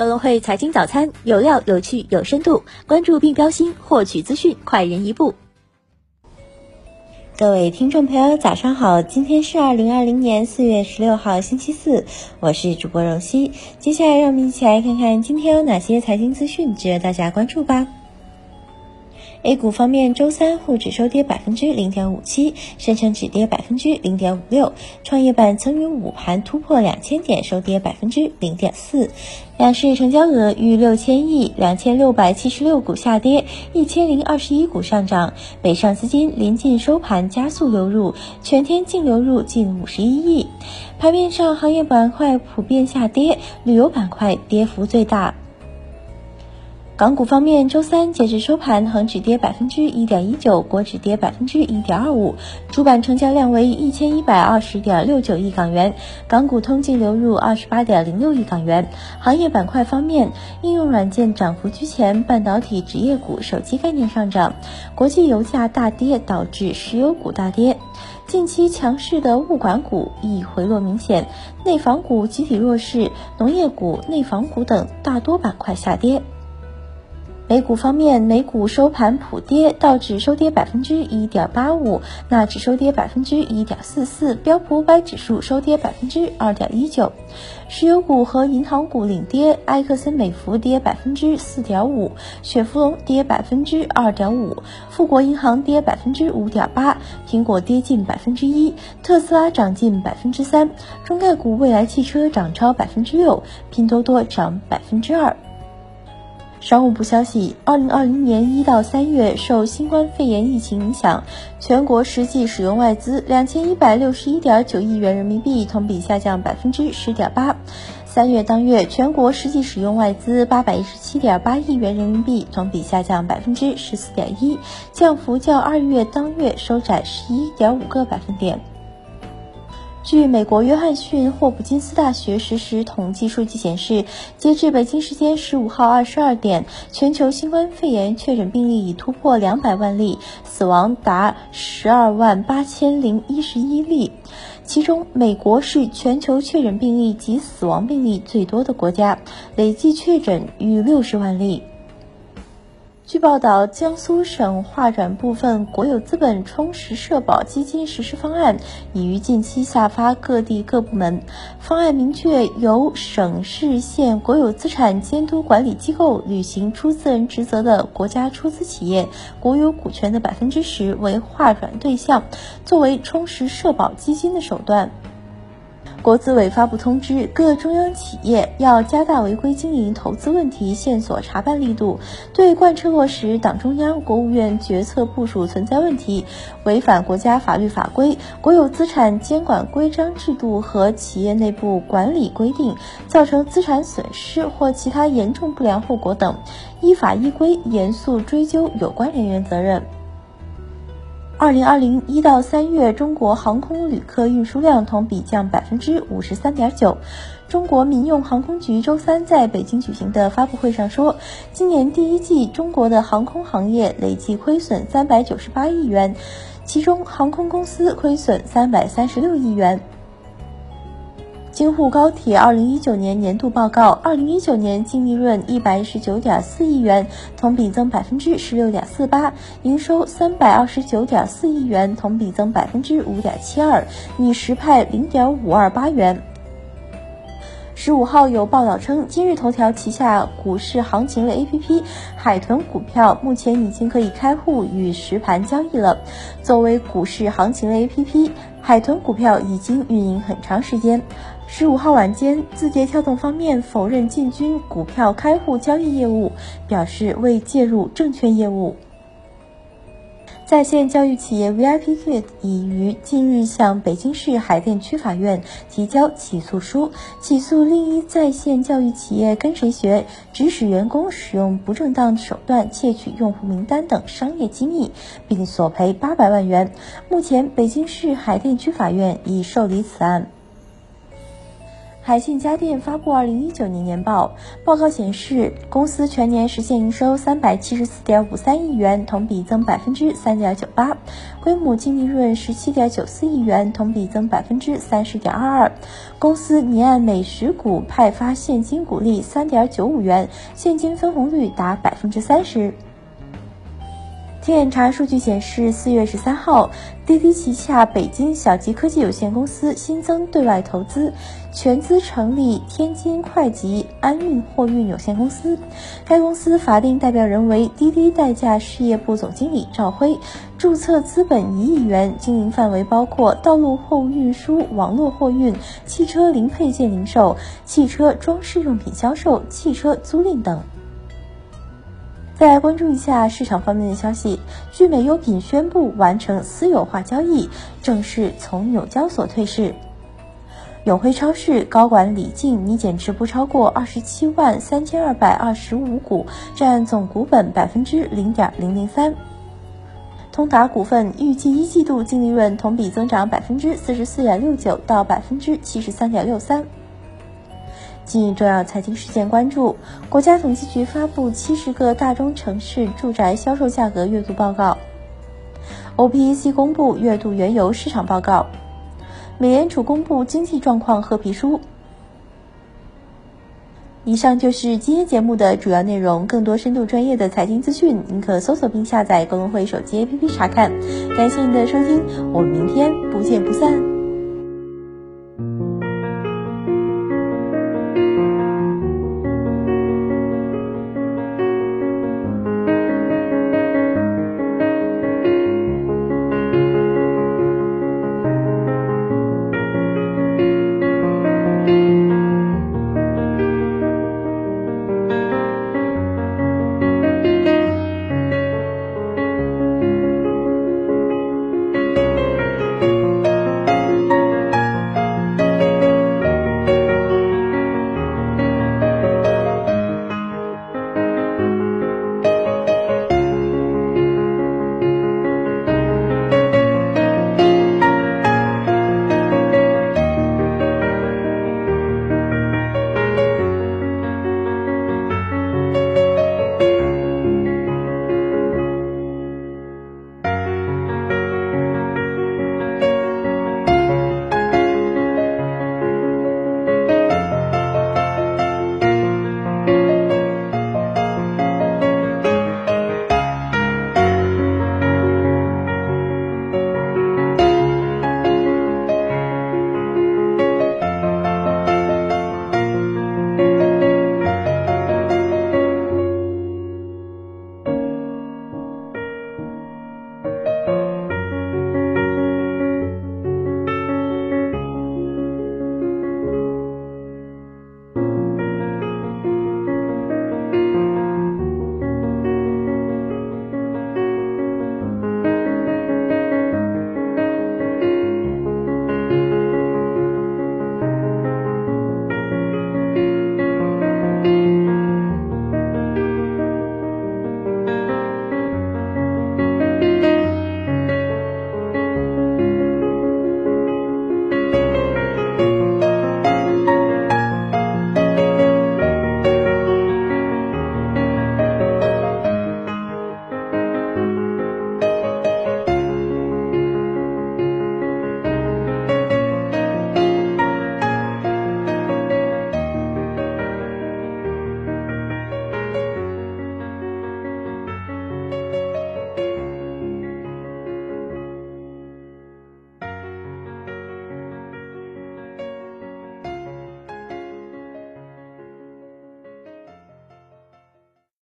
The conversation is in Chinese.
高隆汇财经早餐，有料、有趣、有深度，关注并标新，获取资讯快人一步。 各位听众朋友早上好，今天是2020年4月16号星期四，我是主播荣熙。接下来让我们一起来看看今天有哪些财经资讯值得大家关注吧。A 股方面，周三沪指收跌 0.57%， 深成指跌 0.56%， 创业板曾于午盘突破2000点，收跌 0.4%。两市成交额逾6000亿，2676股下跌，1021股上涨。北上资金临近收盘加速流入，全天净流入近51亿。盘面上，行业板块普遍下跌，旅游板块跌幅最大。港股方面，周三截至收盘，恒指跌 1.19%， 国指跌 1.25%， 主板成交量为 1120.69 亿港元，港股通净流入 28.06 亿港元。行业板块方面，应用软件涨幅居前，半导体、职业股、手机概念上涨，国际油价大跌导致石油股大跌。近期强势的物管股亦回落明显，内房股集体弱势，农业股、内房股等大多板块下跌。美股方面，美股收盘普跌，道指收跌 1.85%， 纳指收跌 1.44%， 标普500指数收跌 2.19%。石油股和银行股领跌，埃克森美孚跌 4.5%， 雪佛龙跌 2.5%， 富国银行跌 5.8%， 苹果跌近 1%， 特斯拉涨近 3%， 中概股蔚来汽车涨超 6%， 拼多多涨 2%。商务部消息，2020年1到3月，受新冠肺炎疫情影响，全国实际使用外资2161.9亿元人民币，同比下降 10.8%。3月当月，全国实际使用外资817.8亿元人民币，同比下降 14.1%， 降幅较2月当月收窄 11.5个百分点。据美国约翰逊霍普金斯大学实时统计数据显示，截至北京时间15号22点，全球新冠肺炎确诊病例已突破200万例，死亡达128011例。其中，美国是全球确诊病例及死亡病例最多的国家，累计确诊逾60万例。据报道，江苏省划转部分国有资本充实社保基金实施方案已于近期下发各地各部门。方案明确，由省市县国有资产监督管理机构履行出资人职责的国家出资企业国有股权的 10% 为划转对象，作为充实社保基金的手段。国资委发布通知，各中央企业要加大违规经营投资问题线索查办力度，对贯彻落实党中央、国务院决策部署存在问题、违反国家法律法规、国有资产监管规章制度和企业内部管理规定，造成资产损失或其他严重不良后果等，依法依规严肃追究有关人员责任。2020 1到3月，中国航空旅客运输量同比降 53.9%。中国民用航空局周三在北京举行的发布会上说，今年第一季中国的航空行业累计亏损398亿元，其中航空公司亏损336亿元。京沪高铁2019年年度报告，2019年净利润119.4亿元，同比增 16.48%， 营收329.4亿元，同比增 5.72%， 拟实派 0.528 元。15号有报道称，今日头条旗下股市行情类 APP 海豚股票目前已经可以开户与实盘交易了。作为股市行情类 APP， 海豚股票已经运营很长时间。15号晚间，字节跳动方面否认进军股票开户交易业务，表示未介入证券业务。在线教育企业 VIPKid 已于近日向北京市海淀区法院提交起诉书，起诉另一在线教育企业跟谁学指使员工使用不正当手段窃取用户名单等商业机密，并索赔800万元。目前，北京市海淀区法院已受理此案。 海信家电发布2019年年报，报告显示，公司全年实现营收374.53亿元，同比增3.98%，规模净利润17.94亿元，同比增30.22%。公司年按每10股派发现金股利3.95元，现金分红率达30%。天眼查数据显示，4月13号，滴滴旗下北京小吉科技有限公司新增对外投资，全资成立天津快吉安运货运有限公司。该公司法定代表人为滴滴代驾事业部总经理赵辉，注册资本1亿元，经营范围包括道路货物运输、网络货运、汽车零配件零售、汽车装饰用品销售、汽车租赁等。再来关注一下市场方面的消息，聚美优品宣布完成私有化交易，正式从纽交所退市。永辉超市高管李静拟减持不超过273225股，占总股本0.003%。通达股份预计一季度净利润同比增长44.69%到73.63%。近重要财经事件关注：国家统计局发布70个大中城市住宅销售价格月度报告 ；OPEC 公布月度原油市场报告；美联储公布经济状况褐皮书。以上就是今天节目的主要内容。更多深度专业的财经资讯，您可搜索并下载高文汇手机 APP 查看。感谢您的收听，我们明天不见不散。